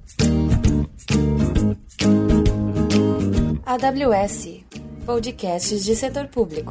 AWS, podcasts de setor público.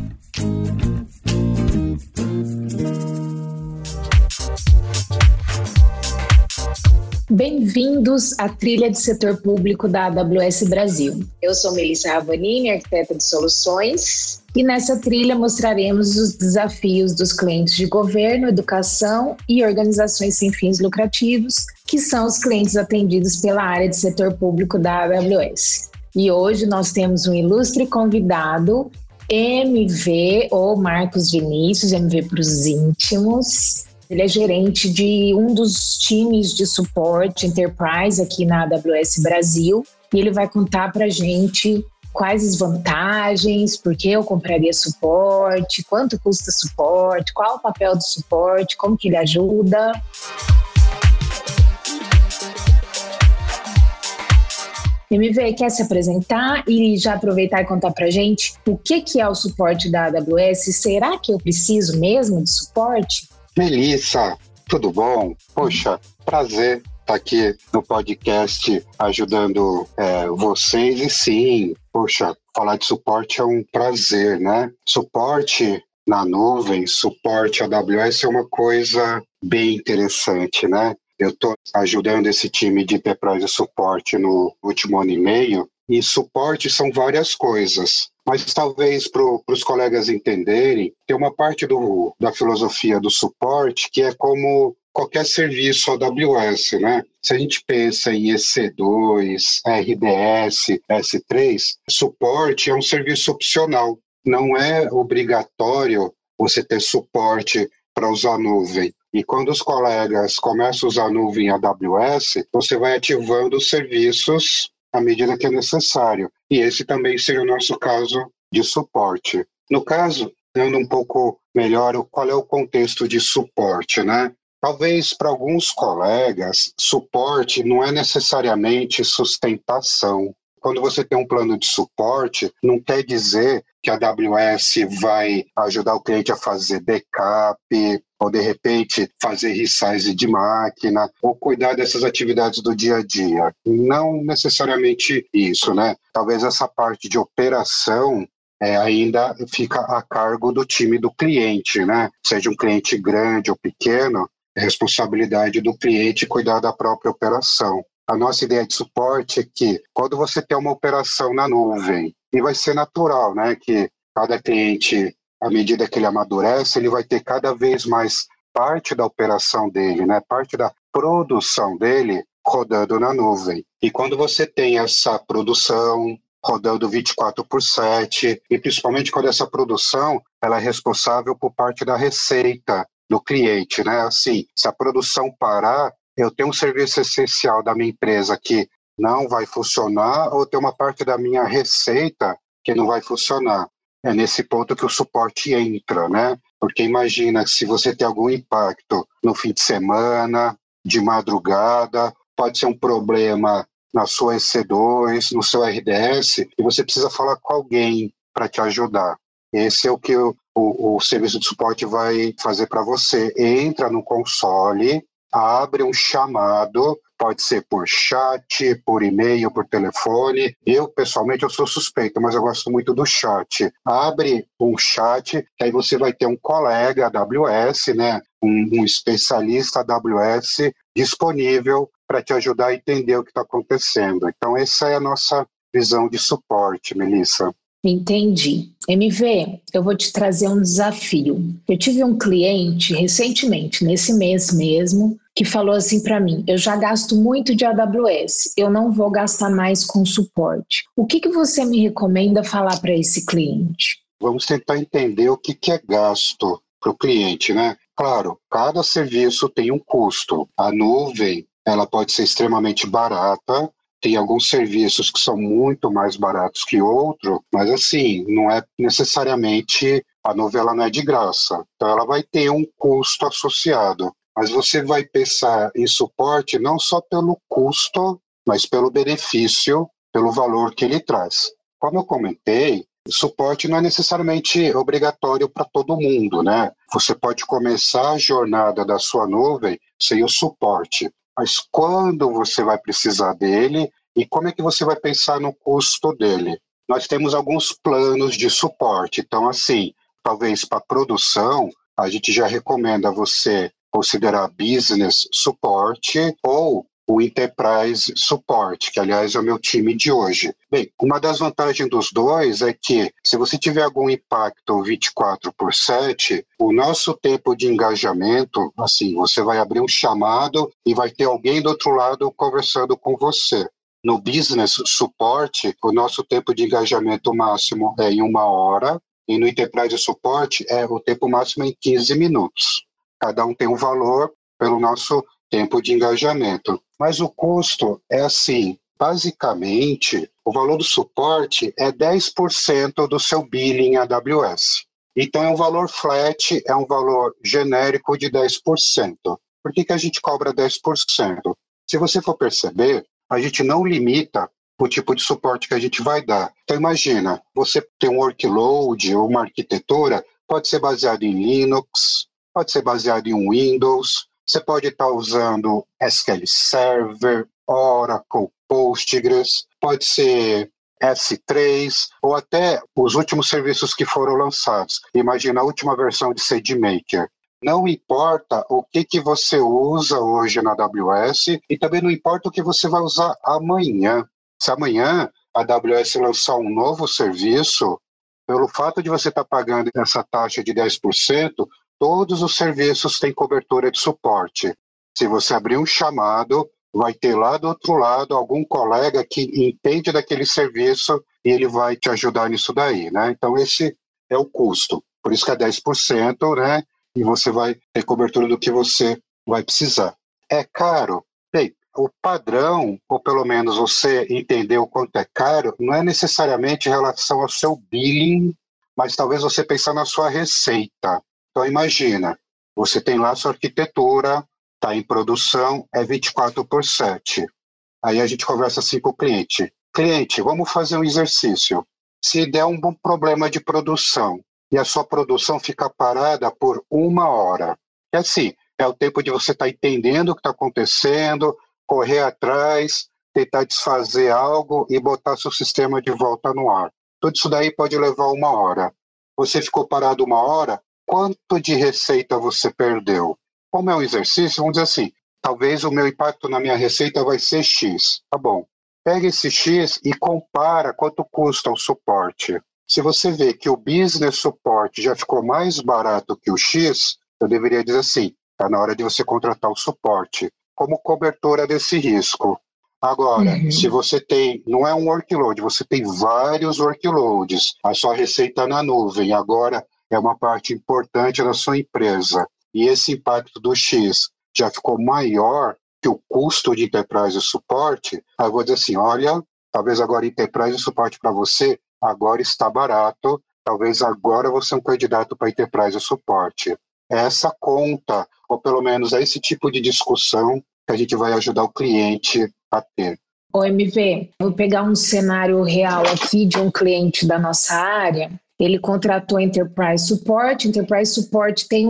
Bem-vindos à trilha de setor público da AWS Brasil. Eu sou Melissa Ravanini, arquiteta de soluções, e nessa trilha mostraremos os desafios dos clientes de governo, educação e organizações sem fins lucrativos, que são os clientes atendidos pela área de setor público da AWS. E hoje nós temos um ilustre convidado, MV, ou Marcos Vinícius, MV para os íntimos. Ele é gerente de um dos times de suporte Enterprise aqui na AWS Brasil, e ele vai contar para a gente quais as vantagens, por que eu compraria suporte, quanto custa suporte, qual o papel do suporte, como que ele ajuda. MV, quer se apresentar e já aproveitar e contar pra gente o que é o suporte da AWS? Será que eu preciso mesmo de suporte? Melissa, tudo bom? Poxa, prazer estar aqui no podcast ajudando vocês. E sim, poxa, falar de suporte é um prazer, né? Suporte na nuvem, suporte AWS é uma coisa bem interessante, né? Eu estou ajudando esse time de Enterprise Suporte no último ano e meio, e suporte são várias coisas. Mas talvez para os colegas entenderem, tem uma parte da filosofia do suporte que é como qualquer serviço AWS, né? Se a gente pensa em EC2, RDS, S3, suporte é um serviço opcional. Não é obrigatório você ter suporte para usar nuvem. E quando os colegas começam a usar a nuvem AWS, você vai ativando os serviços à medida que é necessário. E esse também seria o nosso caso de suporte. No caso, dando um pouco melhor qual é o contexto de suporte, né? Talvez para alguns colegas, suporte não é necessariamente sustentação. Quando você tem um plano de suporte, não quer dizer que a AWS vai ajudar o cliente a fazer backup, ou de repente fazer resize de máquina, ou cuidar dessas atividades do dia a dia. Não necessariamente isso, né? Talvez essa parte de operação ainda fica a cargo do time do cliente, né? Seja um cliente grande ou pequeno, é responsabilidade do cliente cuidar da própria operação. A nossa ideia de suporte é que quando você tem uma operação na nuvem, e vai ser natural, né, que cada cliente, à medida que ele amadurece, ele vai ter cada vez mais parte da operação dele, né, parte da produção dele rodando na nuvem. E quando você tem essa produção rodando 24/7, e principalmente quando essa produção ela é responsável por parte da receita do cliente, né? Assim, se a produção parar, eu tenho um serviço essencial da minha empresa que não vai funcionar, ou tem uma parte da minha receita que não vai funcionar. É nesse ponto que o suporte entra, né? Porque imagina se você tem algum impacto no fim de semana, de madrugada, pode ser um problema na sua EC2, no seu RDS, e você precisa falar com alguém para te ajudar. Esse é o que o serviço de suporte vai fazer para você. Entra no console, abre um chamado, pode ser por chat, por e-mail, por telefone. Eu, pessoalmente, eu sou suspeito, mas eu gosto muito do chat. Abre um chat, que aí você vai ter um colega AWS, né? Um especialista AWS disponível para te ajudar a entender o que está acontecendo. Então, essa é a nossa visão de suporte, Melissa. Entendi. MV, eu vou te trazer um desafio. Eu tive um cliente recentemente, nesse mês mesmo, que falou assim para mim: eu já gasto muito de AWS, eu não vou gastar mais com suporte. O que você me recomenda falar para esse cliente? Vamos tentar entender o que é gasto para o cliente, né? Claro, cada serviço tem um custo. A nuvem, ela pode ser extremamente barata. Tem alguns serviços que são muito mais baratos que outros, mas assim, não é necessariamente, a novela não é de graça. Então ela vai ter um custo associado. Mas você vai pensar em suporte não só pelo custo, mas pelo benefício, pelo valor que ele traz. Como eu comentei, suporte não é necessariamente obrigatório para todo mundo, né? Você pode começar a jornada da sua nuvem sem o suporte. mas quando você vai precisar dele e como é que você vai pensar no custo dele. Nós temos alguns planos de suporte, então assim, talvez para produção, a gente já recomenda você considerar Business Suporte ou o Enterprise Support, que aliás é o meu time de hoje. Bem, uma das vantagens dos dois é que se você tiver algum impacto 24/7, o nosso tempo de engajamento, assim, você vai abrir um chamado e vai ter alguém do outro lado conversando com você. No Business Support, o nosso tempo de engajamento máximo é em 1 hora e no Enterprise Support o tempo máximo é em 15 minutos. Cada um tem um valor pelo nosso tempo de engajamento. Mas o custo é assim, basicamente, o valor do suporte é 10% do seu billing AWS. Então é um valor flat, é um valor genérico de 10%. Por que a gente cobra 10%? Se você for perceber, a gente não limita o tipo de suporte que a gente vai dar. Então imagina, você tem um workload ou uma arquitetura, pode ser baseado em Linux, pode ser baseado em Windows, você pode estar usando SQL Server, Oracle, Postgres, pode ser S3 ou até os últimos serviços que foram lançados. Imagina a última versão de SageMaker. Não importa o que você usa hoje na AWS e também não importa o que você vai usar amanhã. Se amanhã a AWS lançar um novo serviço, pelo fato de você estar pagando essa taxa de 10%, todos os serviços têm cobertura de suporte. Se você abrir um chamado, vai ter lá do outro lado algum colega que entende daquele serviço e ele vai te ajudar nisso daí, né? Então esse é o custo. Por isso que é 10%, né? E você vai ter cobertura do que você vai precisar. É caro? Bem, o padrão, ou pelo menos você entender o quanto é caro, não é necessariamente em relação ao seu billing, mas talvez você pensar na sua receita. Então imagina, você tem lá a sua arquitetura, está em produção, é 24/7. Aí a gente conversa assim com o cliente. Cliente, vamos fazer um exercício. Se der um bom problema de produção e a sua produção fica parada por 1 hora, é assim, é o tempo de você estar entendendo o que está acontecendo, correr atrás, tentar desfazer algo e botar seu sistema de volta no ar. Tudo isso daí pode levar 1 hora. Você ficou parado 1 hora, quanto de receita você perdeu? Como é um exercício, vamos dizer assim, talvez o meu impacto na minha receita vai ser X. Tá bom. Pega esse X e compara quanto custa o suporte. Se você vê que o Business Support já ficou mais barato que o X, eu deveria dizer assim, está na hora de você contratar o suporte, como cobertura desse risco. Agora, se você tem, não é um workload, você tem vários workloads, a sua receita na nuvem, agora é uma parte importante da sua empresa, e esse impacto do X já ficou maior que o custo de Enterprise Support, aí eu vou dizer assim, olha, talvez agora Enterprise Support para você agora está barato, talvez agora você é um candidato para Enterprise Support. É essa conta, ou pelo menos é esse tipo de discussão que a gente vai ajudar o cliente a ter. Ô MV, vou pegar um cenário real aqui de um cliente da nossa área. Ele contratou Enterprise Support. Enterprise Support tem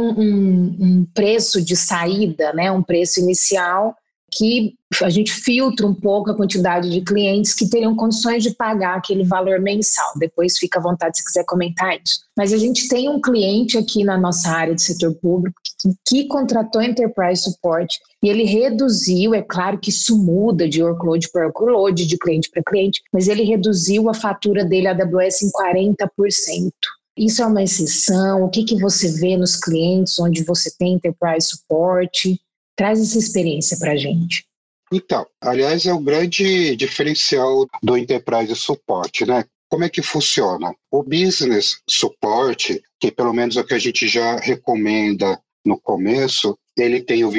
um preço de saída, né? Um preço inicial que a gente filtra um pouco a quantidade de clientes que teriam condições de pagar aquele valor mensal. Depois fica à vontade se quiser comentar isso. Mas a gente tem um cliente aqui na nossa área de setor público que contratou Enterprise Support e ele reduziu, é claro que isso muda de workload para workload, de cliente para cliente, mas ele reduziu a fatura dele AWS em 40%. Isso é uma exceção? O que você vê nos clientes onde você tem Enterprise Support? Traz essa experiência para a gente. Então, aliás, é o grande diferencial do Enterprise Support, né? Como é que funciona? O Business Support, que pelo menos é o que a gente já recomenda no começo, ele tem o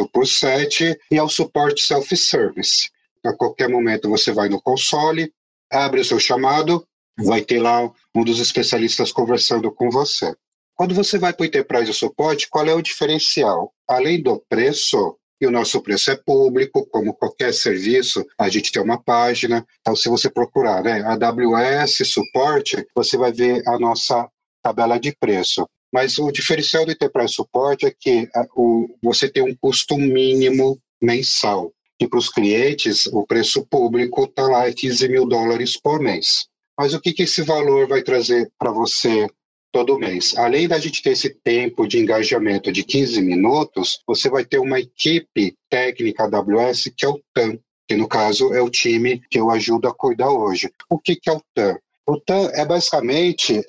24/7 e é o suporte self-service. A qualquer momento você vai no console, abre o seu chamado, vai ter lá um dos especialistas conversando com você. Quando você vai para o Enterprise Support, qual é o diferencial? Além do preço, e o nosso preço é público, como qualquer serviço, a gente tem uma página. Então, se você procurar, né, AWS Suporte, você vai ver a nossa tabela de preço. Mas o diferencial do Enterprise Support é que você tem um custo mínimo mensal. E para os clientes, o preço público está lá em $15 mil por mês. Mas o que esse valor vai trazer para você todo mês? Além da gente ter esse tempo de engajamento de 15 minutos, você vai ter uma equipe técnica AWS, que é o TAM, que no caso é o time que eu ajudo a cuidar hoje. O que é o TAM? O TAM é basicamente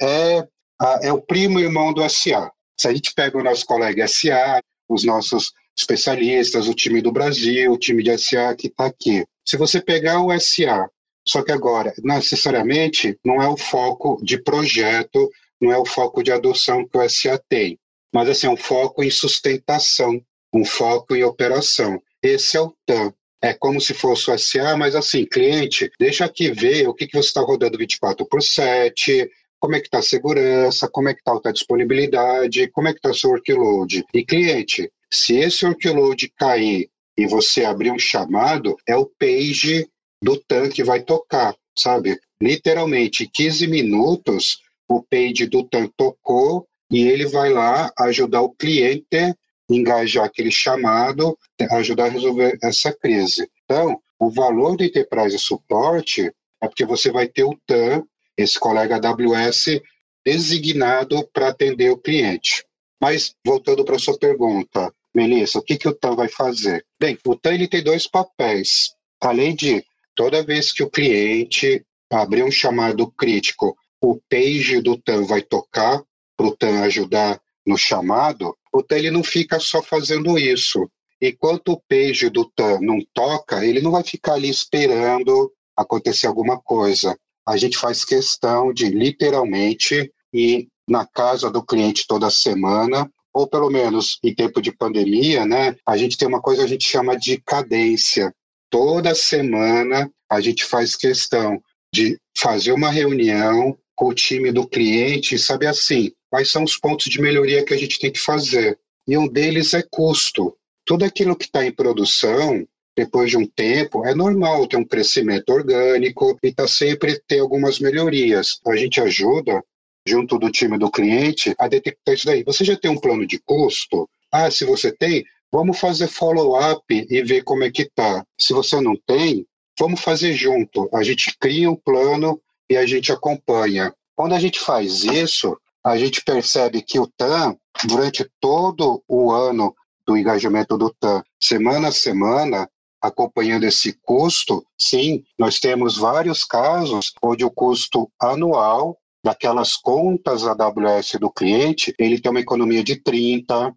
o primo irmão do SA. Se a gente pega o nosso colega SA, os nossos especialistas, o time do Brasil, o time de SA que está aqui. Se você pegar o SA, só que agora, necessariamente, não é o foco de projeto, não é o foco de adoção que o SA tem, mas assim, é um foco em sustentação, um foco em operação. Esse é o TAM. É como se fosse o SA, mas assim, cliente, deixa aqui ver o que você está rodando 24/7, como é que está a segurança, como é que está a disponibilidade, como é que está o seu workload. E cliente, se esse workload cair e você abrir um chamado, é o page do TAM que vai tocar, sabe? Literalmente, 15 minutos, o page do TAM tocou e ele vai lá ajudar o cliente engajar aquele chamado, ajudar a resolver essa crise. Então, o valor do Enterprise Support é porque você vai ter o TAM, esse colega AWS, designado para atender o cliente. Mas, voltando para a sua pergunta, Melissa, o que o TAM vai fazer? Bem, o TAM ele tem dois papéis. Além de, toda vez que o cliente abrir um chamado crítico, o page do TAM vai tocar para o TAM ajudar no chamado, o TAM ele não fica só fazendo isso. Enquanto o page do TAM não toca, ele não vai ficar ali esperando acontecer alguma coisa. A gente faz questão de, literalmente, ir na casa do cliente toda semana, ou pelo menos em tempo de pandemia, né? A gente tem uma coisa que a gente chama de cadência. Toda semana a gente faz questão de fazer uma reunião com o time do cliente e saber assim, quais são os pontos de melhoria que a gente tem que fazer. E um deles é custo. Tudo aquilo que está em produção, depois de um tempo, é normal ter um crescimento orgânico e sempre ter algumas melhorias. A gente ajuda, junto do time do cliente, a detectar isso daí. Você já tem um plano de custo? Se você tem, vamos fazer follow-up e ver como é que está. Se você não tem, vamos fazer junto. A gente cria um plano e a gente acompanha. Quando a gente faz isso, a gente percebe que o TAM, durante todo o ano do engajamento do TAM, semana a semana, acompanhando esse custo, sim, nós temos vários casos onde o custo anual daquelas contas AWS do cliente, ele tem uma economia de 30%,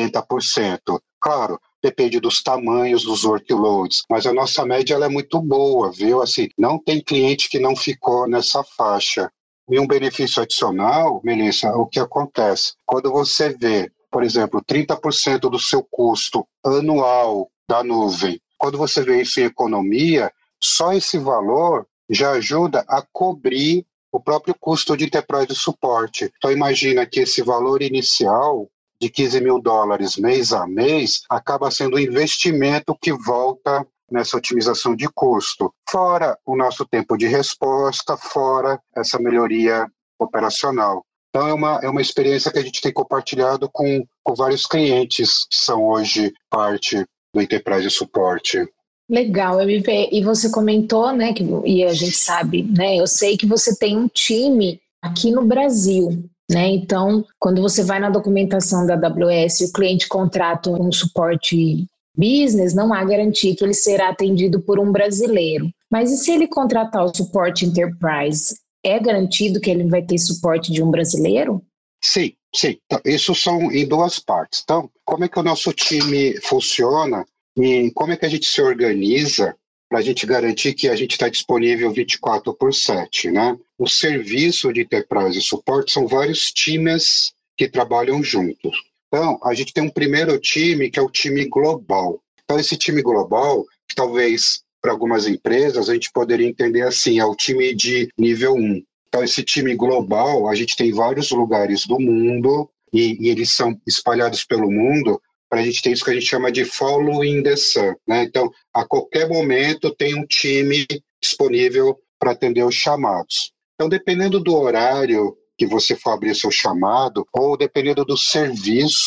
40%. Claro, depende dos tamanhos dos workloads, mas a nossa média ela é muito boa, viu? Assim, não tem cliente que não ficou nessa faixa. E um benefício adicional, Melissa, o que acontece? Quando você vê, por exemplo, 30% do seu custo anual da nuvem, quando você vê isso em economia, só esse valor já ajuda a cobrir o próprio custo de Enterprise Support. Então imagina que esse valor inicial de $15 mil mês a mês acaba sendo um investimento que volta nessa otimização de custo, fora o nosso tempo de resposta, fora essa melhoria operacional. Então é uma experiência que a gente tem compartilhado com vários clientes que são hoje parte do Enterprise Support. Legal, MV. E você comentou, né, e a gente sabe, né, eu sei que você tem um time aqui no Brasil, né? Então, quando você vai na documentação da AWS e o cliente contrata um suporte business, não há garantia que ele será atendido por um brasileiro. Mas e se ele contratar o suporte enterprise, é garantido que ele vai ter suporte de um brasileiro? Sim, sim. Então, isso são em duas partes. Então, como é que o nosso time funciona e como é que a gente se organiza para a gente garantir que a gente está disponível 24/7, né? O serviço de Enterprise Support são vários times que trabalham juntos. Então, a gente tem um primeiro time, que é o time global. Então, esse time global, que talvez para algumas empresas a gente poderia entender assim, é o time de nível 1. Então, esse time global, a gente tem vários lugares do mundo e eles são espalhados pelo mundo para a gente ter isso que a gente chama de following the sun, né? Então, a qualquer momento tem um time disponível para atender os chamados. Então, dependendo do horário que você for abrir seu chamado, ou dependendo do serviço,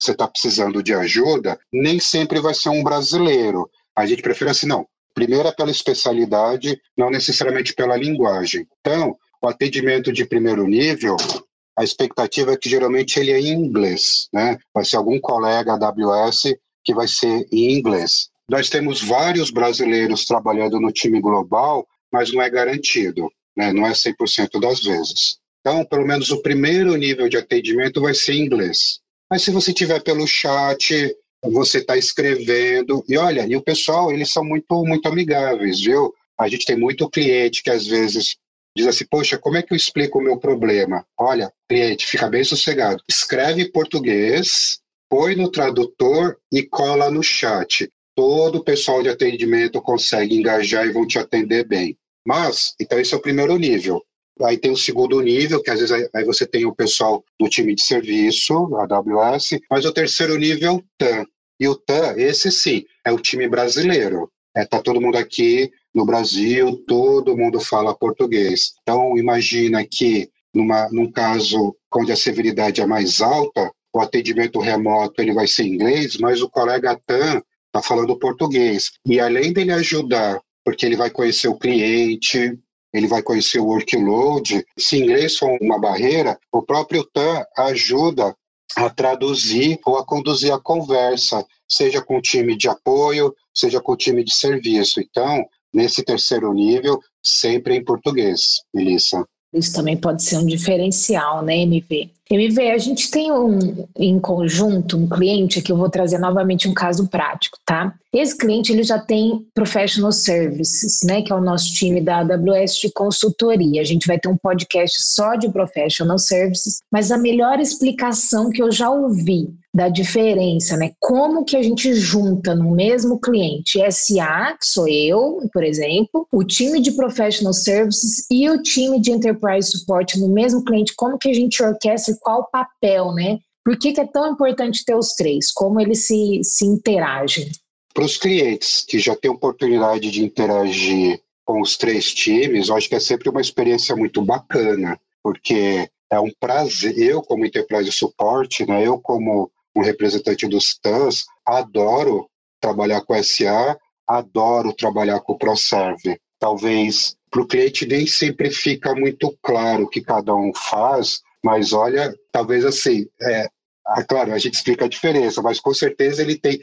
você está precisando de ajuda, nem sempre vai ser um brasileiro. A gente prefere assim, não. Primeiro é pela especialidade, não necessariamente pela linguagem. Então, o atendimento de primeiro nível, a expectativa é que geralmente ele é em inglês, né? Vai ser algum colega AWS que vai ser em inglês. Nós temos vários brasileiros trabalhando no time global, mas não é garantido, né? Não é 100% das vezes. Então, pelo menos o primeiro nível de atendimento vai ser em inglês. Mas se você tiver pelo chat, você está escrevendo, e olha, e o pessoal, eles são muito, muito amigáveis, viu? A gente tem muito cliente que às vezes diz assim, poxa, como é que eu explico o meu problema? Olha, cliente, fica bem sossegado. Escreve em português, põe no tradutor e cola no chat. Todo o pessoal de atendimento consegue engajar e vão te atender bem. Mas, então esse é o primeiro nível. Aí tem o segundo nível, que às vezes aí você tem o pessoal do time de serviço, AWS, mas o terceiro nível é o TAM. E o TAM, esse sim, é o time brasileiro. Tá todo mundo aqui no Brasil, todo mundo fala português. Então, imagina que num caso onde a severidade é mais alta, o atendimento remoto ele vai ser em inglês, mas o colega TAM está falando português. E além dele ajudar, porque ele vai conhecer o cliente, ele vai conhecer o workload, se inglês for uma barreira, o próprio TAM ajuda a traduzir ou a conduzir a conversa, seja com o time de apoio, seja com o time de serviço. Então, nesse terceiro nível, sempre em português, Melissa. Isso também pode ser um diferencial, né, MV? MV, a gente tem em conjunto um cliente que eu vou trazer novamente um caso prático, tá? Esse cliente ele já tem Professional Services, né, que é o nosso time da AWS de consultoria. A gente vai ter um podcast só de Professional Services, mas a melhor explicação que eu já ouvi da diferença, né, como que a gente junta no mesmo cliente SA, que sou eu, por exemplo, o time de Professional Services e o time de Enterprise Support no mesmo cliente, como que a gente orquestra e qual o papel, né? Por que é tão importante ter os três? Como eles se interagem? Para os clientes que já têm oportunidade de interagir com os três times, eu acho que é sempre uma experiência muito bacana, porque é um prazer, eu como Enterprise Support, né, eu como um representante dos TANs, adoro trabalhar com SA, adoro trabalhar com o ProServe. Talvez para o cliente nem sempre fica muito claro o que cada um faz, mas olha, talvez assim, claro, a gente explica a diferença, mas com certeza ele tem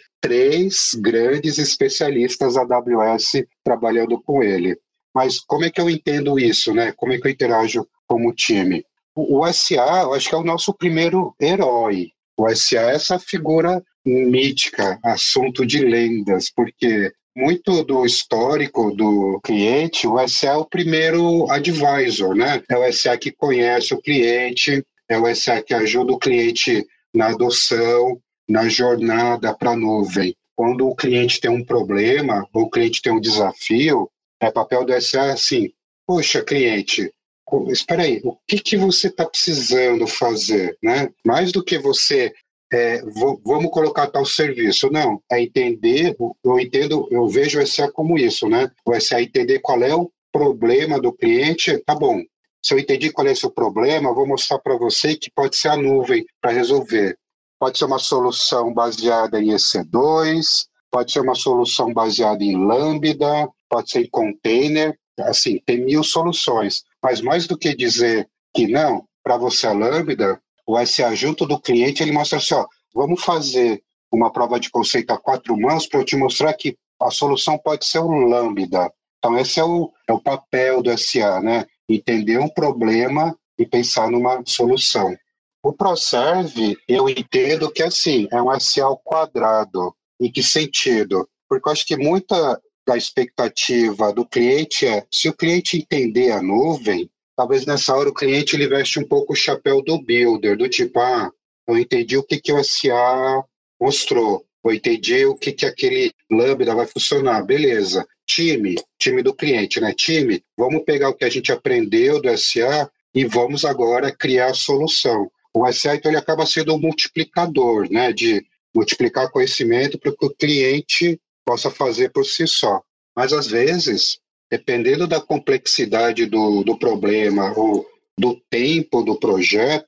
3 grandes especialistas AWS trabalhando com ele. Mas como é que eu entendo isso, né? Como é que eu interajo como time? O SA, eu acho que é o nosso primeiro herói. O SA é essa figura mítica, assunto de lendas, porque muito do histórico do cliente, o SA é o primeiro advisor, né? É o SA que conhece o cliente, é o SA que ajuda o cliente na adoção, na jornada para a nuvem. Quando o cliente tem um problema, ou o cliente tem um desafio, é papel do SA assim, poxa, cliente, espera aí, o que você está precisando fazer, né? Mais do que você, vamos colocar tal serviço, não, é entender, eu vejo o SA como isso, né? O SA é entender qual é o problema do cliente, tá bom, se eu entendi qual é o seu problema, vou mostrar para você que pode ser a nuvem para resolver. Pode ser uma solução baseada em EC2, pode ser uma solução baseada em Lambda, pode ser em container, assim, tem 1000 soluções. Mas mais do que dizer que não, para você é Lambda, o SA junto do cliente, ele mostra assim, ó, vamos fazer uma prova de conceito a 4 mãos para eu te mostrar que a solução pode ser um Lambda. Então esse é o papel do SA, né? Entender um problema e pensar numa solução. O ProServe, eu entendo que assim, é um SA ao quadrado. Em que sentido? Porque eu acho que muita da expectativa do cliente é, se o cliente entender a nuvem, talvez nessa hora o cliente ele veste um pouco o chapéu do builder, do tipo, eu entendi o que o SA mostrou, eu entendi o que aquele Lambda vai funcionar, beleza. Time do cliente, né? Time, vamos pegar o que a gente aprendeu do SA e vamos agora criar a solução. O SA, então, ele acaba sendo um multiplicador, né? De multiplicar conhecimento para que o cliente possa fazer por si só. Mas, às vezes, dependendo da complexidade do problema ou do tempo do projeto,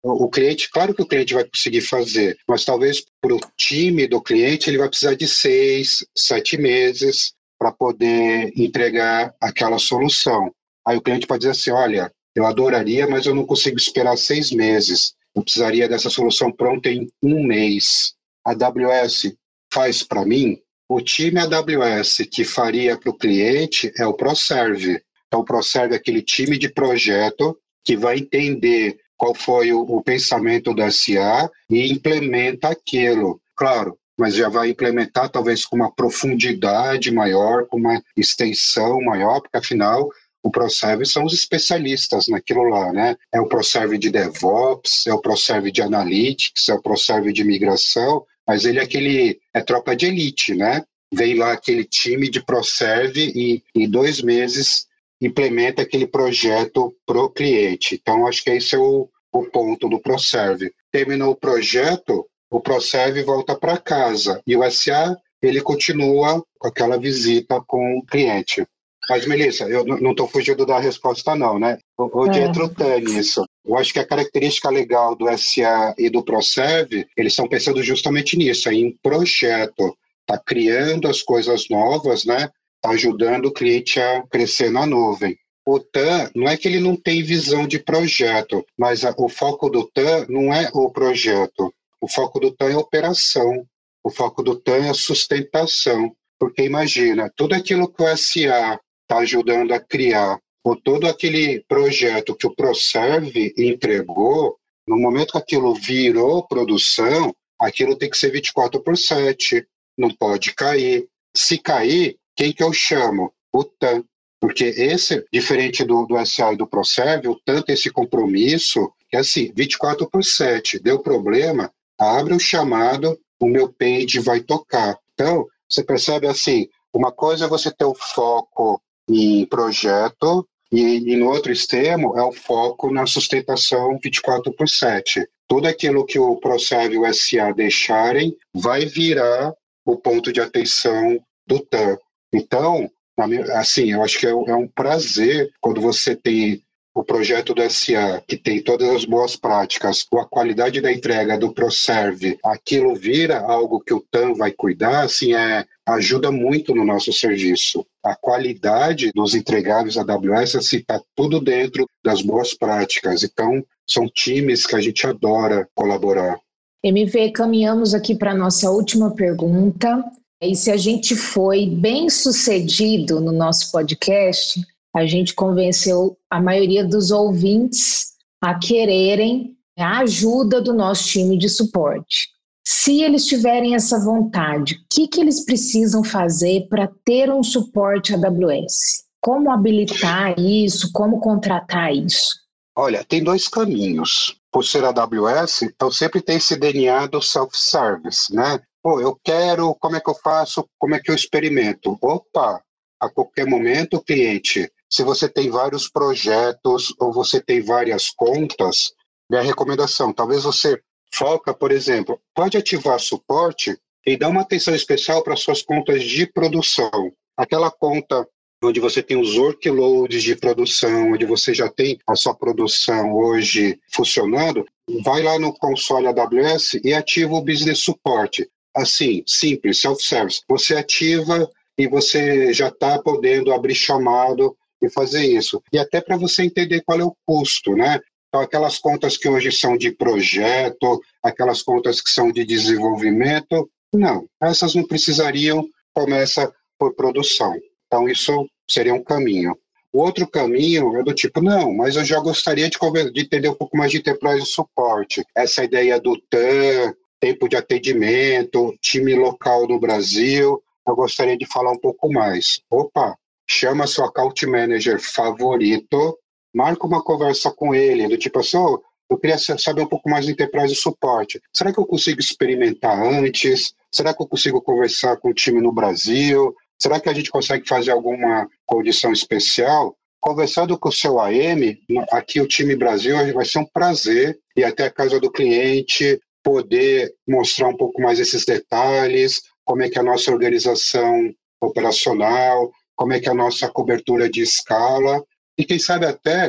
O cliente, claro que o cliente vai conseguir fazer, mas talvez para o time do cliente ele vai precisar de 6, 7 meses para poder entregar aquela solução. Aí o cliente pode dizer assim, olha, eu adoraria, mas eu não consigo esperar 6 meses. Eu precisaria dessa solução pronta em 1 mês. A AWS faz para mim. O time AWS que faria para o cliente é o ProServe. Então, o ProServe é aquele time de projeto que vai entender qual foi o pensamento do SA e implementa aquilo. Claro, mas já vai implementar talvez com uma profundidade maior, com uma extensão maior, porque afinal o ProServe são os especialistas naquilo lá, né? É o ProServe de DevOps, é o ProServe de Analytics, é o ProServe de migração, mas ele é tropa de elite, né? Vem lá aquele time de ProServe e em 2 meses implementa aquele projeto para o cliente. Então, acho que esse é o ponto do ProServe. Terminou o projeto, o ProServe volta para casa e o SA ele continua com aquela visita com o cliente. Mas, Melissa, eu não estou fugindo da resposta não, né? Onde entra o TAN nisso? Eu acho que a característica legal do SA e do ProServe, eles estão pensando justamente nisso, em projeto. Está criando as coisas novas, né? Está ajudando o cliente a crescer na nuvem. O TAN, não é que ele não tem visão de projeto, mas o foco do TAN não é o projeto. O foco do TAN é a operação. O foco do TAN é a sustentação. Porque imagina, tudo aquilo que o SA está ajudando a criar, ou todo aquele projeto que o ProServe entregou, no momento que aquilo virou produção, aquilo tem que ser 24/7, não pode cair. Se cair, quem que eu chamo? O TAN. Porque esse, diferente do SA e do ProServe, o TAN tem esse compromisso, que é assim, 24/7, deu problema, abre o chamado, o meu page vai tocar. Então, você percebe assim, uma coisa é você ter o foco em projeto e no outro extremo é o foco na sustentação 24/7. Tudo aquilo que o ProServe e o SA deixarem vai virar o ponto de atenção do TAN. Então, assim, eu acho que é um prazer quando você tem o projeto do SA, que tem todas as boas práticas, com a qualidade da entrega do ProServe, aquilo vira algo que o TAN vai cuidar, assim, ajuda muito no nosso serviço. A qualidade dos entregáveis AWS, assim, está tudo dentro das boas práticas. Então, são times que a gente adora colaborar. MV, caminhamos aqui para a nossa última pergunta. E se a gente foi bem sucedido no nosso podcast, a gente convenceu a maioria dos ouvintes a quererem a ajuda do nosso time de suporte. Se eles tiverem essa vontade, o que eles precisam fazer para ter um suporte AWS? Como habilitar isso? Como contratar isso? Olha, tem 2 caminhos. Por ser AWS, então sempre tem esse DNA do self-service, né? Pô, eu quero, como é que eu faço, como é que eu experimento? Opa, a qualquer momento, cliente, se você tem vários projetos ou você tem várias contas, minha recomendação, talvez você foca, por exemplo, pode ativar suporte e dar uma atenção especial para suas contas de produção. Aquela conta onde você tem os workloads de produção, onde você já tem a sua produção hoje funcionando, vai lá no console AWS e ativa o Business Support. Assim, simples, self-service. Você ativa e você já está podendo abrir chamado e fazer isso. E até para você entender qual é o custo, né? Então, aquelas contas que hoje são de projeto, aquelas contas que são de desenvolvimento, não, essas não precisariam, começa por produção. Então, isso seria um caminho. O outro caminho é do tipo, não, mas eu já gostaria de entender um pouco mais de enterprise suporte. Essa ideia do TAN, tempo de atendimento, time local no Brasil, eu gostaria de falar um pouco mais. Opa, chama seu account manager favorito, marca uma conversa com ele, do tipo assim, eu queria saber um pouco mais do enterprise suporte. Será que eu consigo experimentar antes? Será que eu consigo conversar com o time no Brasil? Será que a gente consegue fazer alguma condição especial? Conversando com o seu AM, aqui o time Brasil vai ser um prazer ir até a casa do cliente, poder mostrar um pouco mais esses detalhes, como é que é a nossa organização operacional, como é que é a nossa cobertura de escala, e quem sabe até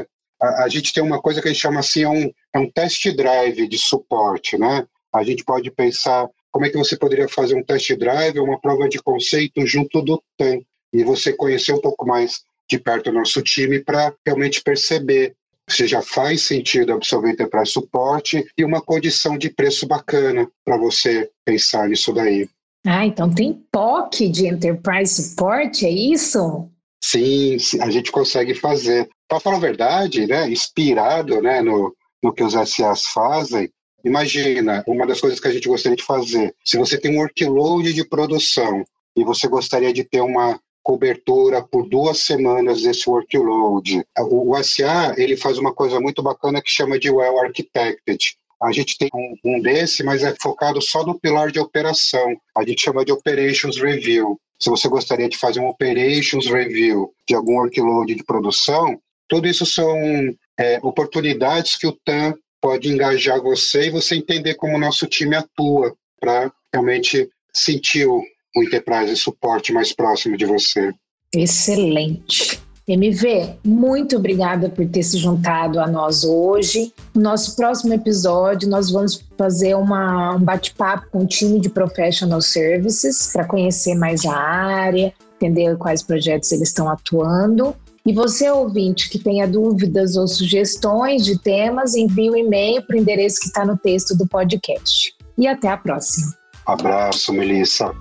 A gente tem uma coisa que a gente chama assim, é um test drive de suporte, né? A gente pode pensar como é que você poderia fazer um test drive ou uma prova de conceito junto do TAM e você conhecer um pouco mais de perto o nosso time para realmente perceber se já faz sentido absorver Enterprise Support e uma condição de preço bacana para você pensar nisso daí. Então tem POC de Enterprise Support, é isso? Sim, a gente consegue fazer. Para falar a verdade, né, inspirado, né, no que os SAs fazem, imagina, uma das coisas que a gente gostaria de fazer, se você tem um workload de produção e você gostaria de ter uma cobertura por 2 semanas desse workload, o SA ele faz uma coisa muito bacana que chama de Well Architected. A gente tem um desse, mas é focado só no pilar de operação. A gente chama de Operations Review. Se você gostaria de fazer um Operations Review de algum workload de produção, tudo isso são oportunidades que o TAM pode engajar você e você entender como o nosso time atua para realmente sentir o Enterprise Support mais próximo de você. Excelente. MV, muito obrigada por ter se juntado a nós hoje. No nosso próximo episódio, nós vamos fazer um bate-papo com o time de Professional Services para conhecer mais a área, entender quais projetos eles estão atuando. E você, ouvinte, que tenha dúvidas ou sugestões de temas, envie um e-mail para o endereço que está no texto do podcast. E até a próxima. Abraço, Melissa.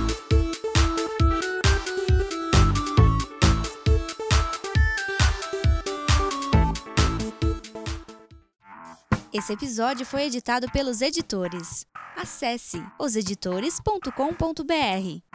Esse episódio foi editado pelos editores. Acesse oseditores.com.br.